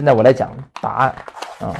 在我来讲答案啊。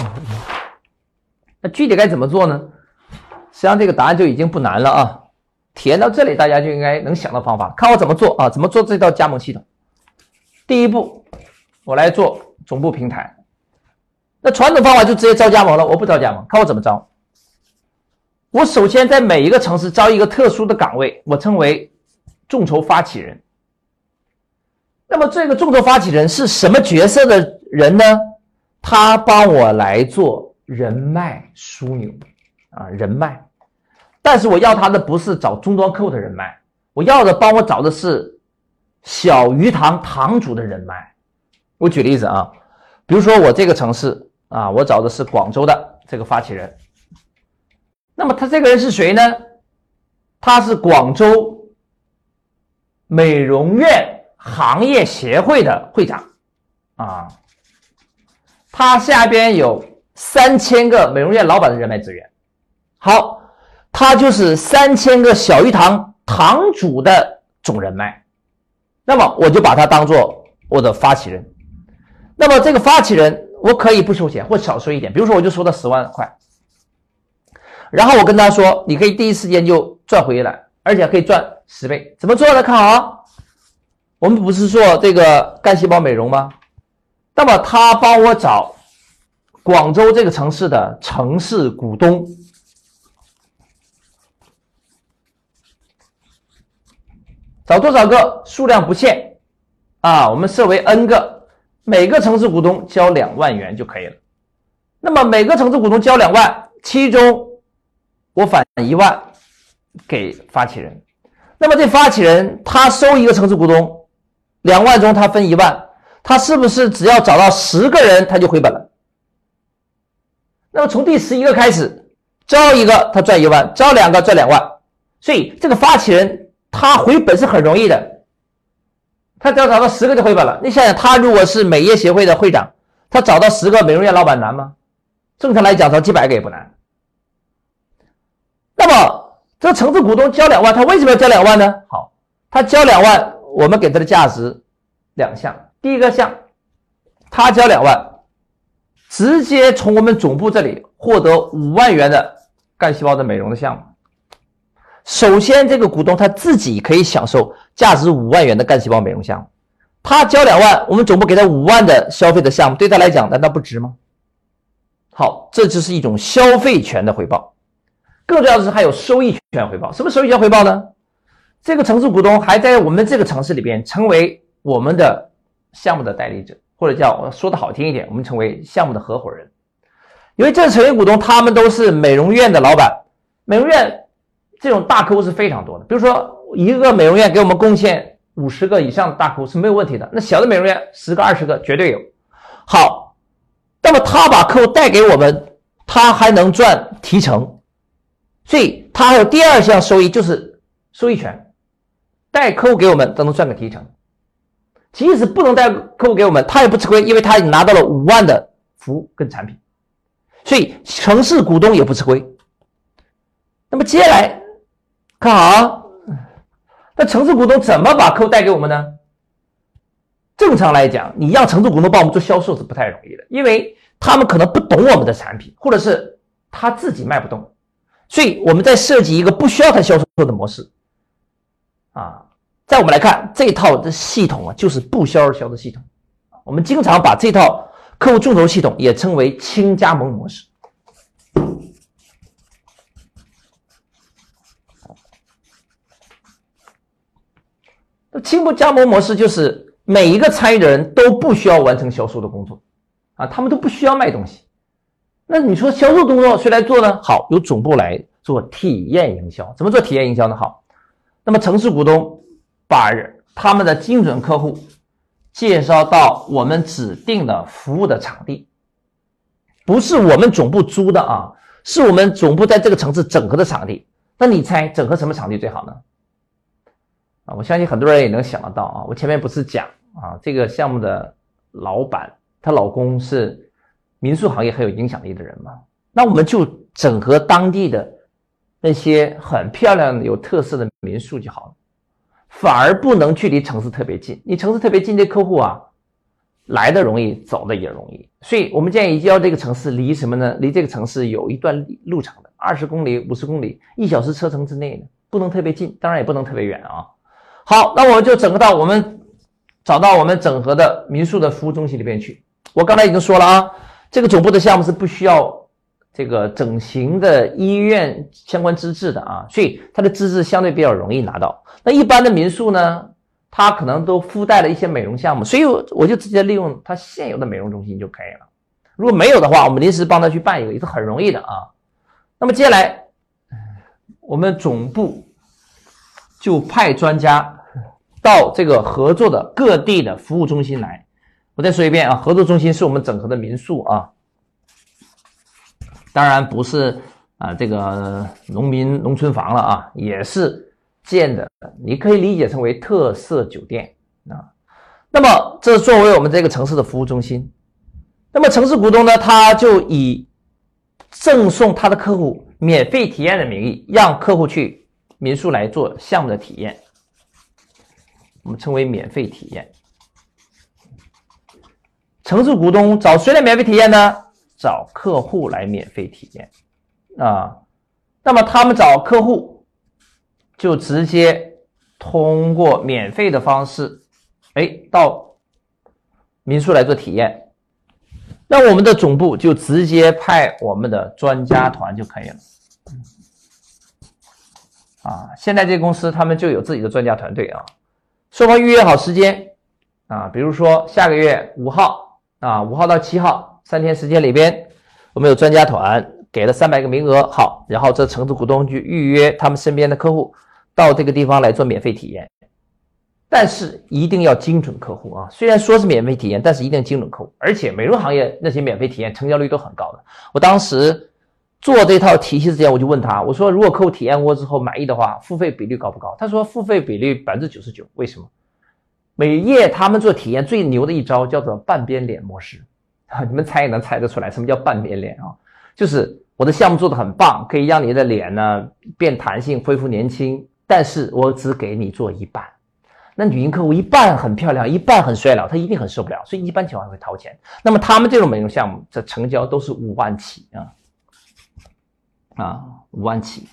那具体该怎么做呢？实际上这个答案就已经不难了啊。体验到这里，大家就应该能想到方法，看我怎么做啊？怎么做这套加盟系统？第一步，我来做总部平台。那传统方法就直接招加盟了，我不招加盟，看我怎么招。我首先在每一个城市招一个特殊的岗位，我称为众筹发起人。那么这个众筹发起人是什么角色的人呢？他帮我来做人脉枢纽啊，人脉。但是我要他的不是找终端客户的人脉，我要的帮我找的是小鱼塘堂主的人脉。我举例子啊，比如说我这个城市啊，我找的是广州的这个发起人。那么他这个人是谁呢？他是广州美容院行业协会的会长啊，他下边有3000个美容院老板的人脉资源。好，他就是3000个小鱼塘堂主的总人脉，那么我就把他当做我的发起人。那么这个发起人我可以不收钱或少收一点，比如说我就收到10万块，然后我跟他说你可以第一时间就赚回来，而且可以赚10倍。怎么做呢？看好啊，我们不是做这个干细胞美容吗？那么他帮我找广州这个城市的城市股东，找多少个？数量不限啊，我们设为 N 个，每个城市股东交2万元就可以了。那么每个城市股东交2万，其中我返1万给发起人。那么这发起人他收一个城市股东2万中他分1万，他是不是只要找到10个人他就回本了？那么从第11个开始，招一个他赚1万，招2个赚2万，所以这个发起人他回本是很容易的，他只要找到10个就回本了。你想想，他如果是美业协会的会长，他找到10个美容院老板难吗？正常来讲找几百个也不难。那么这个城市股东交2万，他为什么要交2万呢？好，他交2万，我们给他的价值2项。第一个项，他交2万，直接从我们总部这里获得5万元的干细胞的美容的项目。首先这个股东他自己可以享受价值5万元的干细胞美容项目，他交2万，我们总部给他5万的消费的项目，对他来讲难道不值吗？好，这就是一种消费权的回报。更重要的是还有收益权回报。什么收益权回报呢？这个城市股东还在我们这个城市里边成为我们的项目的代理者，或者叫说的好听一点，我们成为项目的合伙人。因为这成员股东他们都是美容院的老板，美容院这种大客户是非常多的，比如说一个美容院给我们贡献50个以上的大客户是没有问题的，那小的美容院10个20个绝对有。好，那么他把客户带给我们，他还能赚提成，所以他还有第2项收益，就是收益权，带客户给我们都能赚个提成。即使不能带客户给我们，他也不吃亏，因为他拿到了5万的服务跟产品，所以城市股东也不吃亏。那么接下来看好啊，那城市股东怎么把客户带给我们呢？正常来讲，你让城市股东帮我们做销售是不太容易的，因为他们可能不懂我们的产品，或者是他自己卖不动，所以我们在设计一个不需要他销售的模式啊。在我们来看，这套的系统啊，就是不销而销的系统。我们经常把这套客户众筹系统也称为轻加盟模式。轻加盟模式就是每一个参与的人都不需要完成销售的工作啊，他们都不需要卖东西。那你说销售工作谁来做呢？好，由总部来做体验营销。怎么做体验营销呢？好，那么城市股东把他们的精准客户介绍到我们指定的服务的场地，不是我们总部租的啊，是我们总部在这个城市整合的场地。那你猜整合什么场地最好呢？啊，我相信很多人也能想得到啊。我前面不是讲啊，这个项目的老板她老公是民宿行业很有影响力的人嘛，那我们就整合当地的那些很漂亮的有特色的民宿就好了，反而不能距离城市特别近。你城市特别近，这客户啊， 来的容易，走的也容易。所以我们建议要这个城市离什么呢？离这个城市有一段路程的，20公里、50公里，1小时车程之内的，不能特别近，当然也不能特别远啊。好，那我们就找到我们整合的民宿的服务中心里边去。我刚才已经说了啊，这个总部的项目是不需要这个整形的医院相关资质的啊，所以它的资质相对比较容易拿到。那一般的民宿呢，它可能都附带了一些美容项目，所以我就直接利用它现有的美容中心就可以了。如果没有的话，我们临时帮他去办一个也是很容易的啊。那么接下来我们总部就派专家到这个合作的各地的服务中心来。我再说一遍啊，合作中心是我们整合的民宿啊，当然不是这个农村房了啊，也是建的，你可以理解成为特色酒店啊。那么这作为我们这个城市的服务中心，那么城市股东呢，他就以赠送他的客户免费体验的名义，让客户去民宿来做项目的体验，我们称为免费体验。城市股东找谁来免费体验呢？找客户来免费体验啊。那么他们找客户就直接通过免费的方式到民宿来做体验。那我们的总部就直接派我们的专家团就可以了啊。现在这个公司他们就有自己的专家团队啊，双方预约好时间啊，比如说下个月5号啊，5号到7号3天时间里边，我们有专家团给了300个名额，好，然后这城市股东去预约他们身边的客户到这个地方来做免费体验，但是一定要精准客户啊！虽然说是免费体验，但是一定要精准客户，而且美容行业那些免费体验成交率都很高的。我当时做这套体系之前，我就问他，我说如果客户体验过之后满意的话，付费比率高不高？他说付费比率99%，为什么？美业他们做体验最牛的一招叫做半边脸模式啊，你们猜也能猜得出来什么叫半边脸啊？就是我的项目做得很棒，可以让你的脸呢变弹性，恢复年轻，但是我只给你做一半。那女性客户一半很漂亮，一半很衰老，她一定很受不了，所以一般情况会掏钱。那么他们这种美容项目这成交都是5万起5万起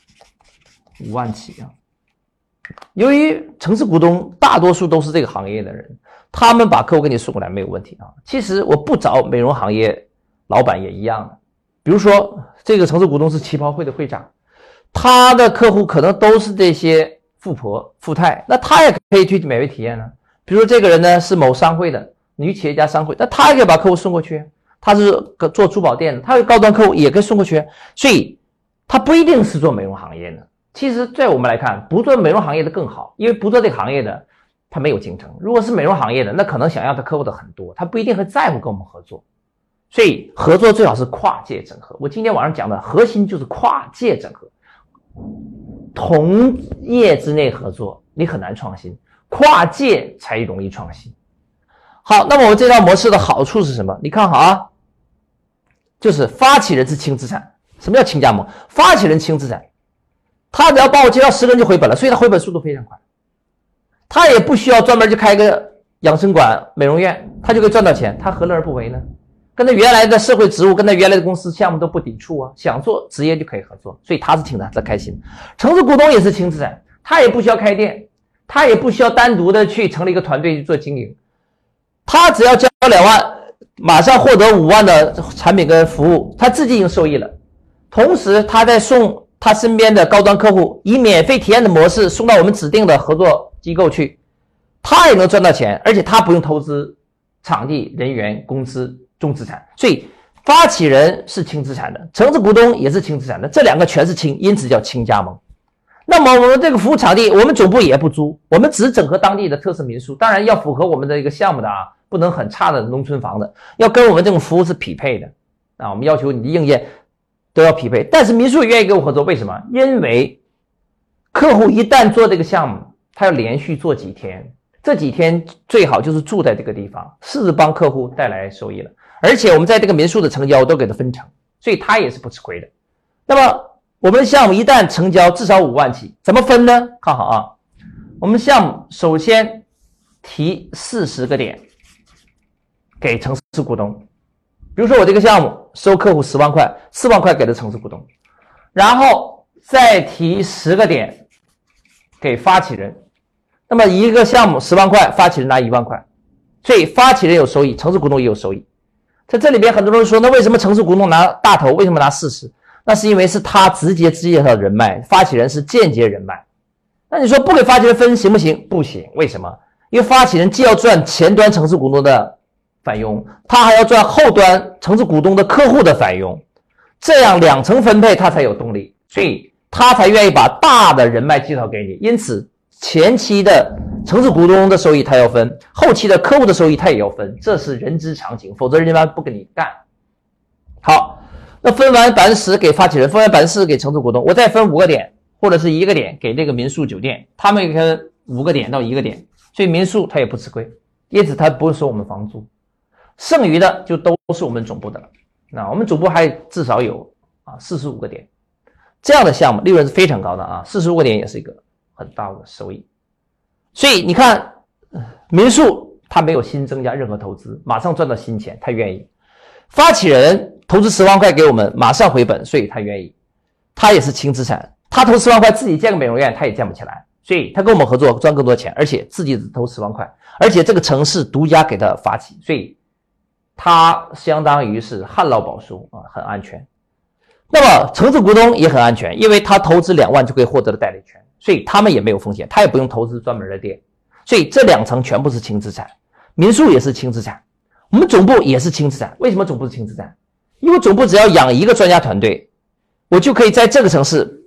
，5万起啊。由于城市股东大多数都是这个行业的人，他们把客户给你送过来没有问题啊。其实我不找美容行业老板也一样的，比如说这个城市股东是旗袍会的会长，他的客户可能都是这些富婆富太，那他也可以去免费体验呢。比如说这个人呢是某商会的女企业家商会，那他也可以把客户送过去，他是做珠宝店的，他有高端客户也可以送过去，所以他不一定是做美容行业的。其实在我们来看，不做美容行业的更好，因为不做这个行业的他没有竞争，如果是美容行业的，那可能想要的客户的很多，他不一定会在乎跟我们合作。所以合作最好是跨界整合，我今天晚上讲的核心就是跨界整合。同业之内合作你很难创新，跨界才容易创新。好，那么我们这套模式的好处是什么？你看好啊，就是发起人是轻资产。什么叫轻加盟？发起人轻资产，他只要帮我介绍10个人就回本了，所以他回本速度非常快。他也不需要专门去开个养生馆、美容院，他就可以赚到钱，他何乐而不为呢？跟他原来的社会职务，跟他原来的公司项目都不抵触啊，想做直接就可以合作，所以他是轻资产，他开心。城市股东也是轻资产，他也不需要开店，他也不需要单独的去成立一个团队去做经营，他只要交2万，马上获得5万的产品跟服务，他自己已经受益了。同时他在送他身边的高端客户以免费体验的模式送到我们指定的合作机构去，他也能赚到钱，而且他不用投资场地、人员、工资、重资产，所以发起人是轻资产的，城市股东也是轻资产的，这2个全是轻，因此叫轻加盟。那么我们这个服务场地，我们总部也不租，我们只整合当地的特色民宿，当然要符合我们的一个项目的啊，不能很差的农村房的，要跟我们这种服务是匹配的啊，我们要求你的硬件都要匹配。但是民宿也愿意跟我合作，为什么？因为客户一旦做这个项目，他要连续做几天，这几天最好就是住在这个地方，是帮客户带来收益了。而且我们在这个民宿的成交都给他分成，所以他也是不吃亏的。那么我们的项目一旦成交至少5万起，怎么分呢？看好啊，我们项目首先提40个点， 给城市股东。比如说我这个项目收客户10万块，4万块给了城市股东，然后再提10个点给发起人。那么一个项目10万块，发起人拿1万块，所以发起人有收益，城市股东也有收益。在这里边很多人说，那为什么城市股东拿大头，为什么拿40%？那是因为是他直接介绍人脉，发起人是间接人脉。那你说不给发起人分行不行？不行，为什么？因为发起人既要赚前端城市股东的返佣，他还要赚后端城市股东的客户的返佣，这样2层分配他才有动力，所以他才愿意把大的人脉介绍给你。因此前期的城市股东的收益他要分，后期的客户的收益他也要分，这是人之常情，否则人家不跟你干。好，那分完10%给发起人，分完40%给城市股东，我再分5个点或者是1个点给这个民宿酒店，他们也分5个点到1个点，所以民宿他也不吃亏，因此他不会收我们房租，剩余的就都是我们总部的了。那我们总部还至少有45个点，这样的项目利润是非常高的啊，45个点也是一个很大的收益。所以你看民宿他没有新增加任何投资，马上赚到新钱，他愿意。发起人投资10万块给我们，马上回本，所以他愿意。他也是轻资产，他投10万块自己建个美容院他也建不起来，所以他跟我们合作赚更多钱，而且自己只投10万块，而且这个城市独家给他发起，所以他相当于是旱涝保收很安全。那么城市股东也很安全，因为他投资2万就可以获得的代理权，所以他们也没有风险，他也不用投资专门的店，所以这2层全部是轻资产。民宿也是轻资产，我们总部也是轻资产。为什么总部是轻资产？因为总部只要养1个专家团队，我就可以在这个城市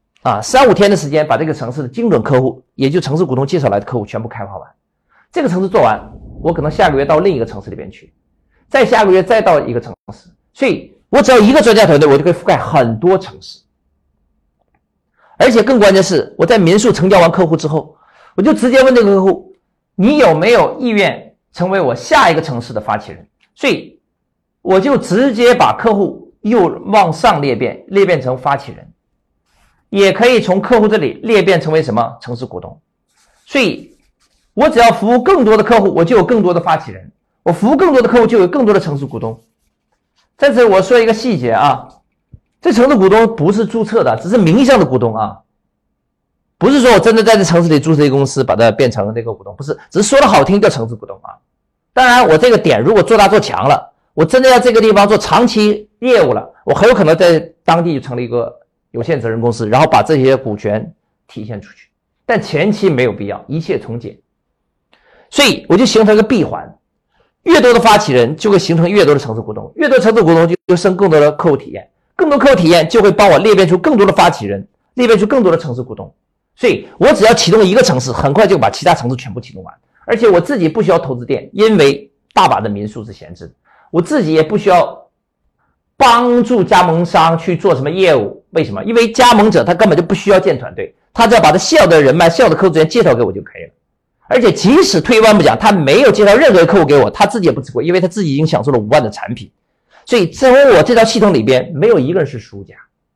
3-5天的时间把这个城市的精准客户，也就城市股东介绍来的客户全部开发完。这个城市做完，我可能下个月到另一个城市里边去，再下个月再到一个城市，所以我只要1个专家团队，我就可以覆盖很多城市。而且更关键是，我在民宿成交完客户之后，我就直接问这个客户，你有没有意愿成为我下一个城市的发起人？所以我就直接把客户又往上裂变成发起人，也可以从客户这里裂变成为什么？城市股东。所以我只要服务更多的客户，我就有更多的发起人，我服务更多的客户就有更多的城市股东。在这里我说一个细节这城市股东不是注册的，只是名义上的股东不是说我真的在这城市里注册一个公司把它变成这个股东，不是，只是说的好听叫城市股东当然我这个点如果做大做强了，我真的在这个地方做长期业务了，我很有可能在当地就成立一个有限责任公司，然后把这些股权体现出去，但前期没有必要，一切从简。所以我就形成一个闭环，越多的发起人就会形成越多的城市股东，越多城市股东就生更多的客户体验，更多客户体验就会帮我裂变出更多的发起人，裂变出更多的城市股东。所以我只要启动一个城市，很快就把其他城市全部启动完，而且我自己不需要投资店，因为大把的民宿是闲置的，我自己也不需要帮助加盟商去做什么业务。为什么？因为加盟者他根本就不需要建团队，他只要把他需要的人脉、需要的客户资源介绍给我就可以了。而且即使退一万步讲，他没有介绍任何客户给我，他自己也不吃亏，因为他自己已经享受了5万的产品。所以在我这套系统里边，没有一个人是输家，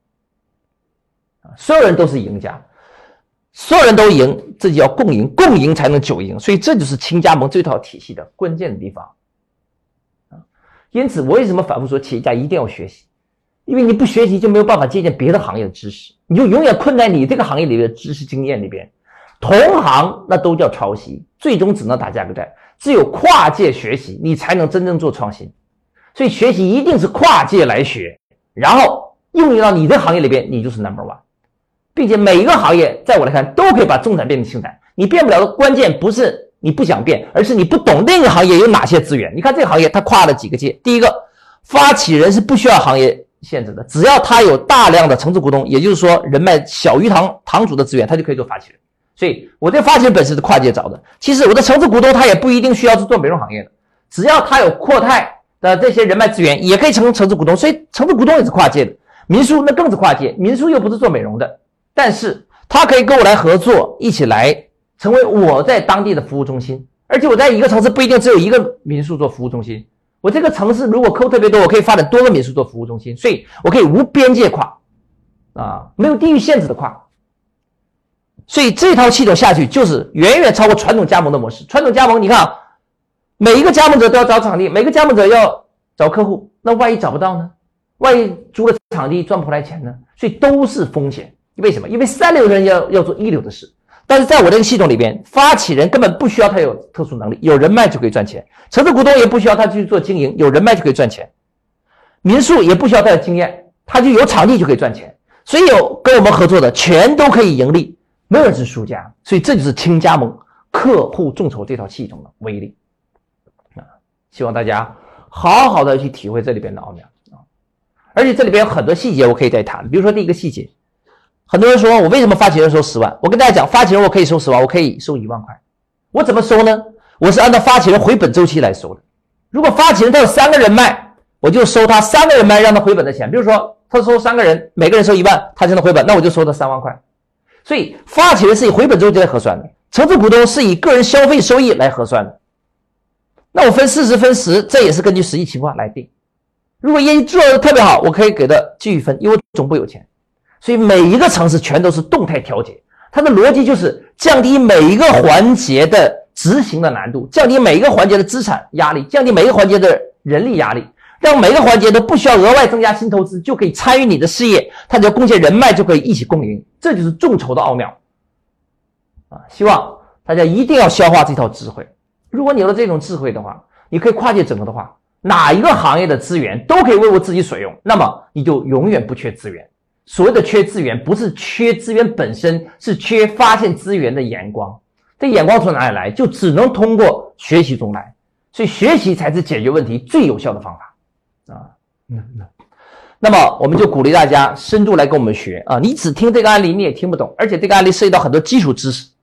所有人都是赢家，所有人都赢，自己要共赢，共赢才能久赢。所以这就是轻加盟这套体系的关键的地方。因此我为什么反复说企业家一定要学习？因为你不学习就没有办法借鉴别的行业的知识，你就永远困在你这个行业里的知识经验里边。同行那都叫抄袭，最终只能打价格战。只有跨界学习，你才能真正做创新。所以学习一定是跨界来学，然后用到你的行业里边，你就是 No.1。并且每一个行业在我来看都可以把中产变成轻产，你变不了的关键不是你不想变，而是你不懂那个行业有哪些资源。你看这个行业它跨了几个界，第一个，发起人是不需要行业限制的，只要他有大量的城市股东，也就是说人脉小于堂主的资源，他就可以做发起人。所以我这发起人本身是跨界找的，其实我的城市股东他也不一定需要是做美容行业的，只要他有扩泰的这些人脉资源也可以成城市股东，所以城市股东也是跨界的。民宿那更是跨界，民宿又不是做美容的，但是他可以跟我来合作，一起来成为我在当地的服务中心。而且我在一个城市不一定只有一个民宿做服务中心，我这个城市如果客户特别多，我可以发展多个民宿做服务中心，所以我可以无边界跨没有地域限制的跨。所以这套系统下去就是远远超过传统加盟的模式。传统加盟你看每一个加盟者都要找场地，每个加盟者要找客户，那万一找不到呢？万一租了场地赚不来钱呢？所以都是风险。为什么？因为三流人要做一流的事，但是在我这个系统里边，发起人根本不需要他有特殊能力，有人脉就可以赚钱。城市股东也不需要他去做经营，有人脉就可以赚钱。民宿也不需要他有经验，他就有场地就可以赚钱。所以有跟我们合作的全都可以盈利，没有人是输家。所以这就是轻加盟客户众筹这套系统的威力希望大家好好的去体会这里边的奥妙而且这里边有很多细节我可以再谈，比如说第一个细节，很多人说我为什么发起人收10万？我跟大家讲，发起人我可以收10万，我可以收1万块。我怎么收呢？我是按照发起人回本周期来收的。如果发起人他有3个人脉，我就收他3个人脉让他回本的钱。比如说他收3个人，每个人收1万，他就能回本，那我就收他3万块。所以发起人是以回本周期来核算的，城市股东是以个人消费收益来核算的。那我分40分10，这也是根据实际情况来定。如果业绩做得特别好，我可以给他继续分，因为我总部有钱。所以每一个城市全都是动态调节，它的逻辑就是降低每一个环节的执行的难度，降低每一个环节的资产压力，降低每一个环节的人力压力，让每个环节都不需要额外增加新投资就可以参与你的事业，它只要贡献人脉就可以一起共赢，这就是众筹的奥妙希望大家一定要消化这套智慧。如果你有了这种智慧的话，你可以跨界整合的话，哪一个行业的资源都可以为我自己所用，那么你就永远不缺资源。所谓的缺资源，不是缺资源本身，是缺发现资源的眼光。这眼光从哪里来？就只能通过学习中来。所以学习才是解决问题最有效的方法那么我们就鼓励大家深度来跟我们学你只听这个案例你也听不懂，而且这个案例涉及到很多基础知识